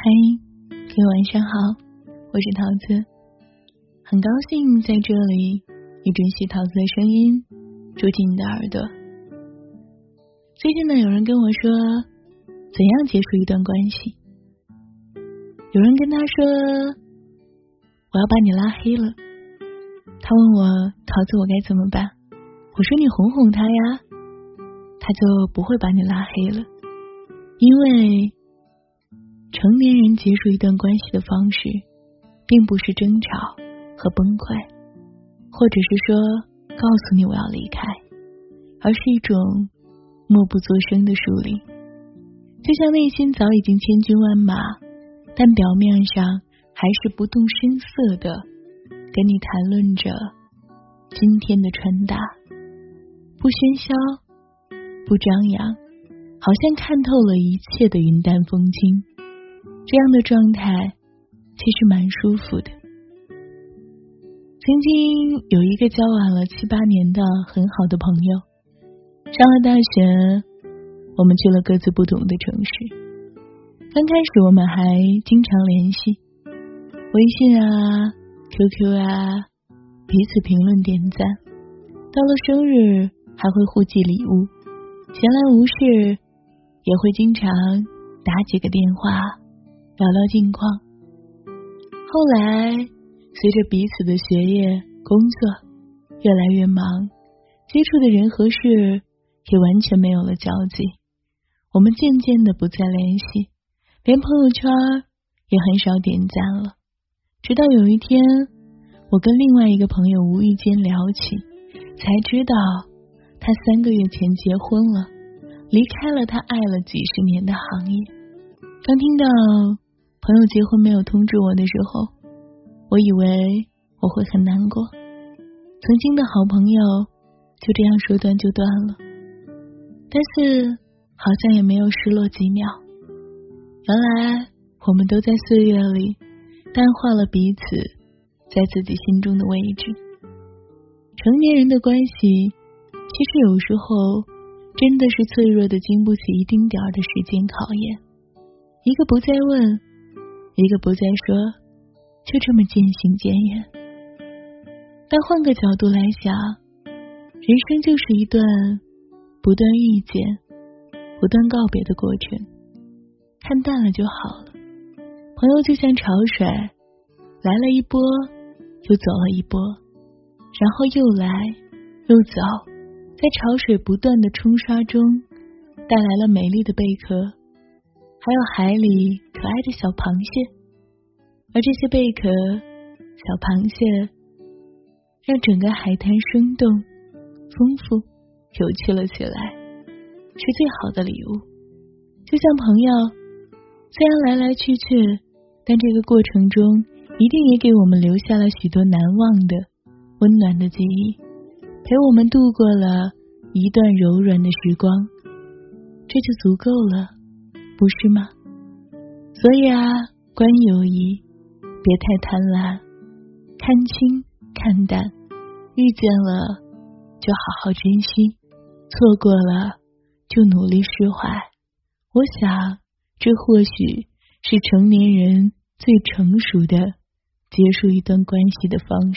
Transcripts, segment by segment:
嗨，各位晚上好，我是桃子，很高兴在这里你准许桃子的声音住进你的耳朵。最近呢，有人跟我说怎样结束一段关系，有人跟他说我要把你拉黑了，他问我桃子我该怎么办，我说你哄哄他呀，他就不会把你拉黑了。因为成年人结束一段关系的方式并不是争吵和崩溃，或者是说告诉你我要离开，而是一种默不作声的疏离。就像内心早已经千军万马，但表面上还是不动声色的跟你谈论着今天的穿搭，不喧嚣不张扬，好像看透了一切的云淡风轻，这样的状态其实蛮舒服的。曾经有一个交往了7-8年的很好的朋友，上了大学我们去了各自不同的城市，刚开始我们还经常联系，微信啊 QQ 啊，彼此评论点赞，到了生日还会互寄礼物，闲来无事也会经常打几个电话聊聊近况。后来随着彼此的学业工作越来越忙，接触的人和事也完全没有了交集，我们渐渐的不再联系，连朋友圈也很少点赞了。直到有一天我跟另外一个朋友无意间聊起，才知道他3个月前结婚了，离开了他爱了几十年的行业。刚听到朋友结婚没有通知我的时候，我以为我会很难过，曾经的好朋友就这样说断就断了，但是好像也没有失落几秒。原来我们都在岁月里淡化了彼此在自己心中的位置。成年人的关系其实有时候真的是脆弱的经不起一丁点的时间考验，一个不再问，一个不再说，就这么渐行渐远。但换个角度来想，人生就是一段不断遇见不断告别的过程，看淡了就好了。朋友就像潮水，来了一波又走了一波，然后又来又走，在潮水不断的冲刷中带来了美丽的贝壳，还有海里可爱的小螃蟹，而这些贝壳小螃蟹让整个海滩生动丰富有趣了起来，是最好的礼物。就像朋友虽然来来去去，但这个过程中一定也给我们留下了许多难忘的温暖的记忆，陪我们度过了一段柔软的时光，这就足够了，不是吗？所以啊，关于友谊别太贪婪，看清看淡，遇见了就好好珍惜，错过了就努力释怀。我想这或许是成年人最成熟的结束一段关系的方式。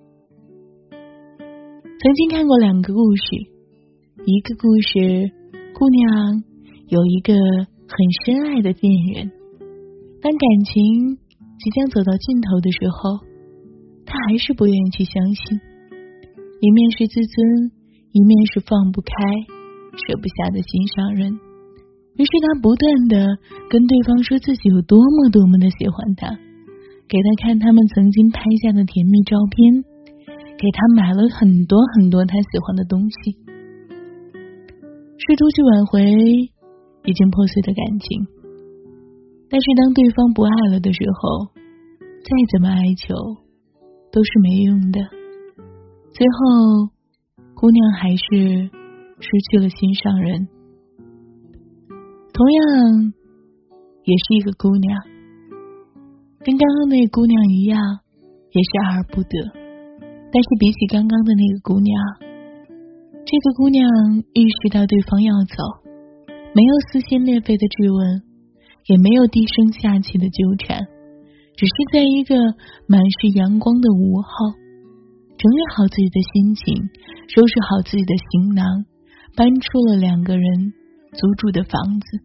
曾经看过2个故事，一个故事姑娘有一个很深爱的恋人，当感情即将走到尽头的时候，她还是不愿意去相信，一面是自尊，一面是放不开舍不下的心上人。于是她不断的跟对方说自己有多么多么的喜欢他，给他看他们曾经拍下的甜蜜照片，给他买了很多很多他喜欢的东西，试图去挽回已经破碎的感情。但是当对方不爱了的时候，再怎么哀求都是没用的，最后姑娘还是失去了心上人。同样也是一个姑娘，跟刚刚那个姑娘一样，也是爱而不得，但是比起刚刚的那个姑娘，这个姑娘意识到对方要走，没有撕心裂肺的质问， 也没有低声下气的纠缠，只是在一个满是阳光的午后，整理好自己的心情，收拾好自己的行囊，搬出了2个人租住的房子。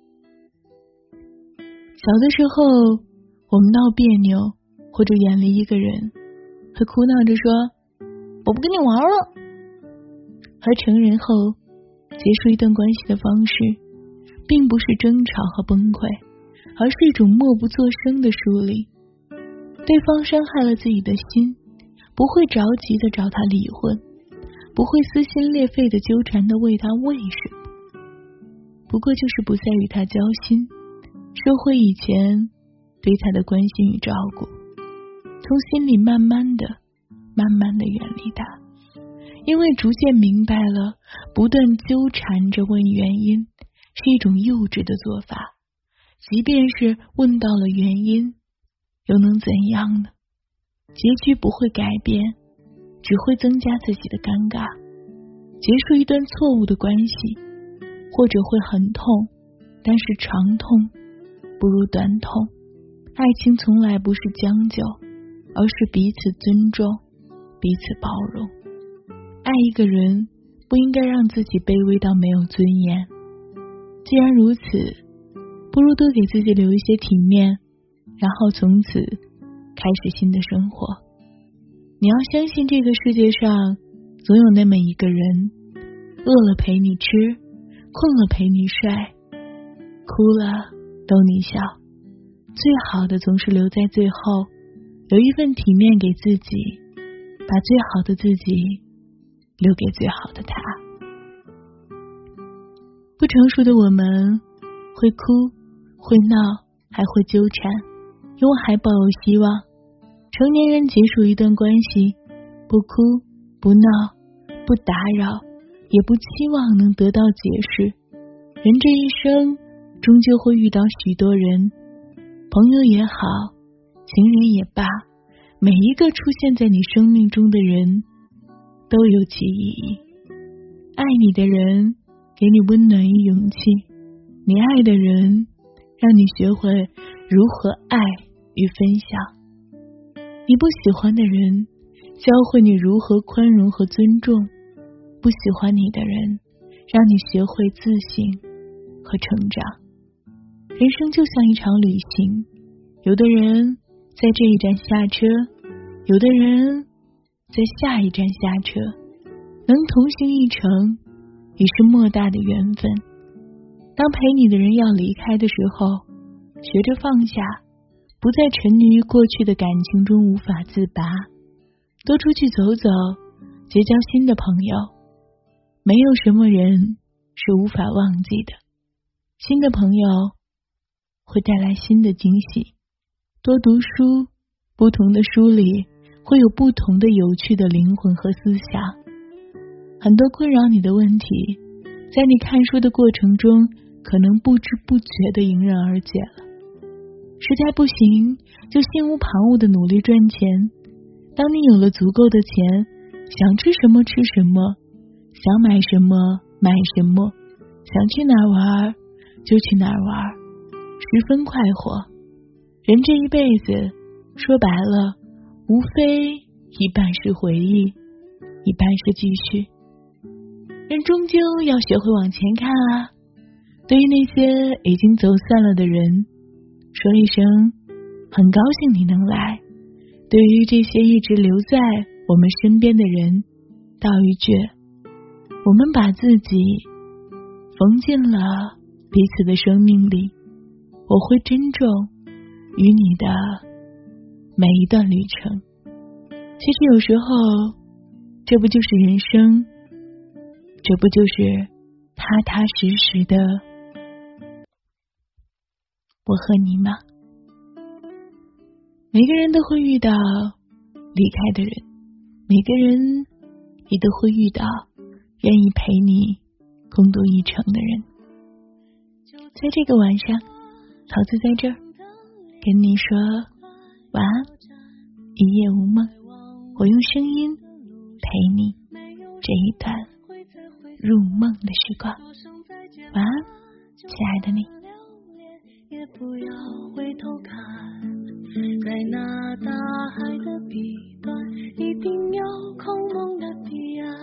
小的时候，我们闹别扭或者远离一个人，会哭闹着说我不跟你玩了。而成人后结束一段关系的方式，并不是争吵和崩溃，而是一种默不作声的疏离。对方伤害了自己的心，不会着急的找他离婚，不会撕心裂肺的纠缠的问他为什么，不过就是不再与他交心，收回以前对他的关心与照顾，从心里慢慢的远离他。因为逐渐明白了，不断纠缠着问原因是一种幼稚的做法，即便是问到了原因，又能怎样呢？结局不会改变，只会增加自己的尴尬。结束一段错误的关系，或者会很痛，但是长痛不如短痛。爱情从来不是将就，而是彼此尊重，彼此包容。爱一个人，不应该让自己卑微到没有尊严。既然如此，不如多给自己留一些体面，然后从此开始新的生活。你要相信这个世界上总有那么一个人，饿了陪你吃，困了陪你睡，哭了逗你笑。最好的总是留在最后，留一份体面给自己，把最好的自己留给最好的他。不成熟的我们会哭会闹还会纠缠，因为还抱有希望。成年人结束一段关系，不哭不闹不打扰，也不期望能得到解释。人这一生终究会遇到许多人，朋友也好，情人也罢，每一个出现在你生命中的人都有其意义。爱你的人给你温暖与勇气，你爱的人让你学会如何爱与分享。你不喜欢的人教会你如何宽容和尊重，不喜欢你的人让你学会自信和成长。人生就像一场旅行，有的人在这一站下车，有的人在下一站下车，能同行一程已是莫大的缘分。当陪你的人要离开的时候，学着放下，不再沉溺于过去的感情中无法自拔，多出去走走，结交新的朋友。没有什么人是无法忘记的，新的朋友会带来新的惊喜。多读书，不同的书里会有不同的有趣的灵魂和思想。很多困扰你的问题，在你看书的过程中可能不知不觉地迎刃而解了。实在不行，就心无旁骛地努力赚钱。当你有了足够的钱，想吃什么吃什么，想买什么买什么，想去哪儿玩就去哪儿玩，十分快活。人这一辈子，说白了，无非一半是回忆，一半是继续。人终究要学会往前看啊！对于那些已经走散了的人，说一声很高兴你能来。对于这些一直留在我们身边的人，道一句我们把自己缝进了彼此的生命里，我会珍重与你的每一段旅程。其实有时候，这不就是人生，这不就是踏踏实实的我和你吗？每个人都会遇到离开的人，每个人也都会遇到愿意陪你共度一程的人。在这个晚上，桃子在这儿跟你说晚安，一夜无梦。我用声音陪你这一段入梦的时光。晚安，亲爱的你。 也不要回头看，在那大海的彼端，一定有空梦的彼岸。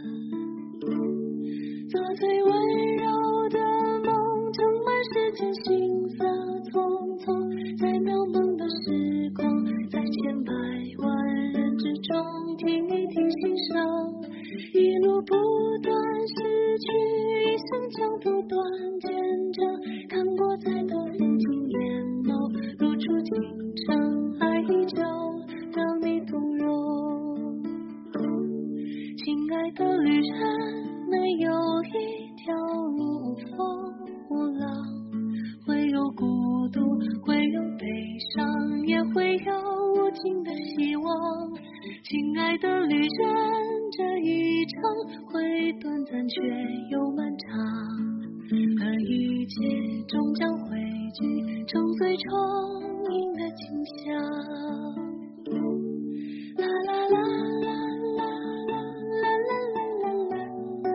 做最温柔的梦，盛满世间行色匆匆，在渺茫的时光，在千百万人之中，听一听心声，一路不断失去，一生将不断见证，看过再多风景眼眸，如初清晨，爱依旧让你动容。亲爱的旅人，没有一条路无风无浪，会有孤独，会有悲伤，也会有无尽的希望。亲爱的旅人，这一程会短暂却又漫长，而一切终将汇聚成最充盈的景象。啦啦啦啦啦啦啦啦啦啦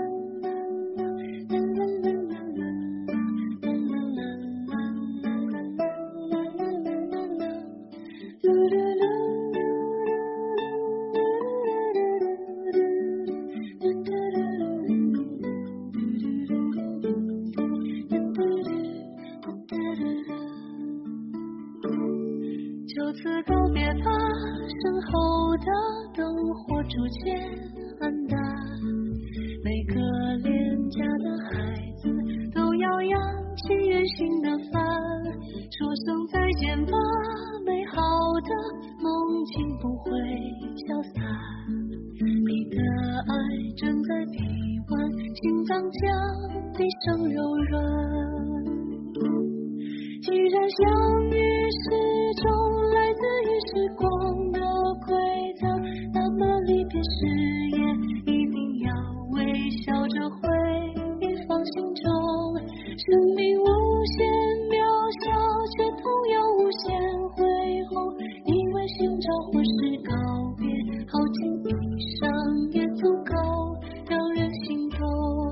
就此告别吧，身后的灯火逐渐暗淡，每个恋家的孩子都要扬起远行的帆，说声再见吧，美好的梦境不会消散，你的爱正在臂弯，心脏将闭上柔软。既然相遇是种来自于时光的馈赠，那么离别时也一定要微笑着回放心中。生命无限渺小，却同样无限恢宏，因为寻找或是告别，耗尽一生也足够让人心动。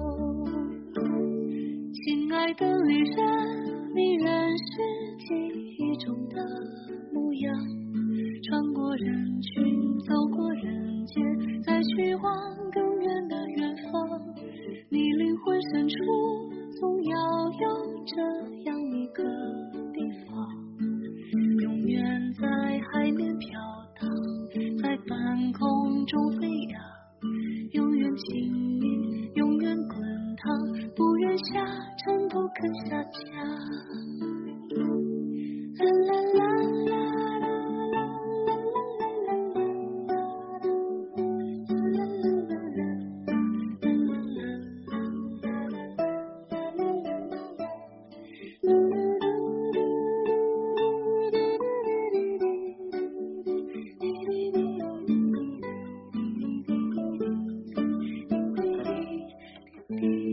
亲爱的旅人，你仍是记忆中的模样，穿过人群，走过人间，再去往更远的远方。你灵魂深处总要有这样一个地方，永远在海面飘荡，在半空中飞扬，永远亲密，永远滚烫，不愿下沉，不肯下降。啦啦啦啦啦啦啦啦啦。